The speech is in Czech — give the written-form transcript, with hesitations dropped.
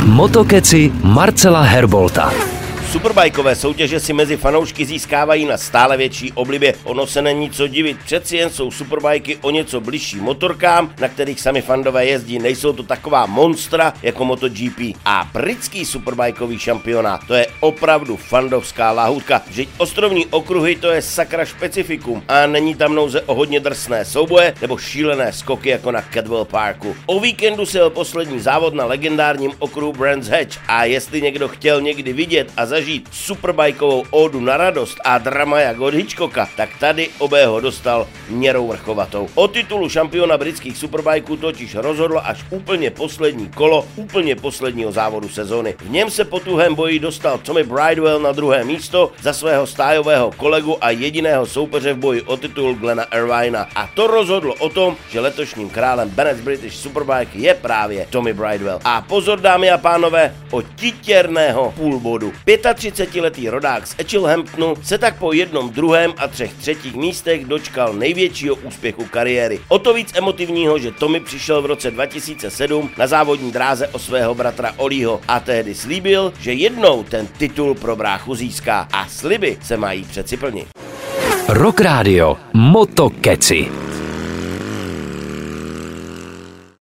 Motokeci Marcela Herbolta. Superbajkové soutěže si mezi fanoušky získávají na stále větší oblibě. Ono se není co divit, přeci jen jsou superbajky o něco bližší motorkám, na kterých sami fandové jezdí, nejsou to taková monstra jako MotoGP. A britský superbajkový šampionát, to je opravdu fandovská lahůdka. Vždyť ostrovní okruhy, to je sakra špecifikum a není tam nouze o hodně drsné souboje nebo šílené skoky jako na Cadwell Parku. O víkendu se jel poslední závod na legendárním okruhu Brands Hatch a jestli někdo chtěl někdy vidět a zažít superbajkovou ódu na radost a drama jak od Hitchcocka, tak tady obého dostal měrou vrchovatou. O titulu šampiona britských superbajků totiž rozhodlo až úplně poslední kolo, úplně posledního závodu sezóny. V něm se po tuhém boji dostal Tommy Bridewell na druhé místo za svého stájového kolegu a jediného soupeře v boji o titul Glena Irvina. A to rozhodlo o tom, že letošním králem Bennett's British Superbike je právě Tommy Bridewell. A pozor, dámy a pánové, o titěrného půlbodu. 35letý rodák z Etchelhamptonu se tak po jednom druhém a třech třetích místech dočkal největšího úspěchu kariéry. O to víc emotivního, že Tommy přišel v roce 2007 na závodní dráze o svého bratra Ollieho a tehdy slíbil, že jednou ten titul pro bráchu získá a sliby se mají přeci plnit. Rock Radio Motokeci.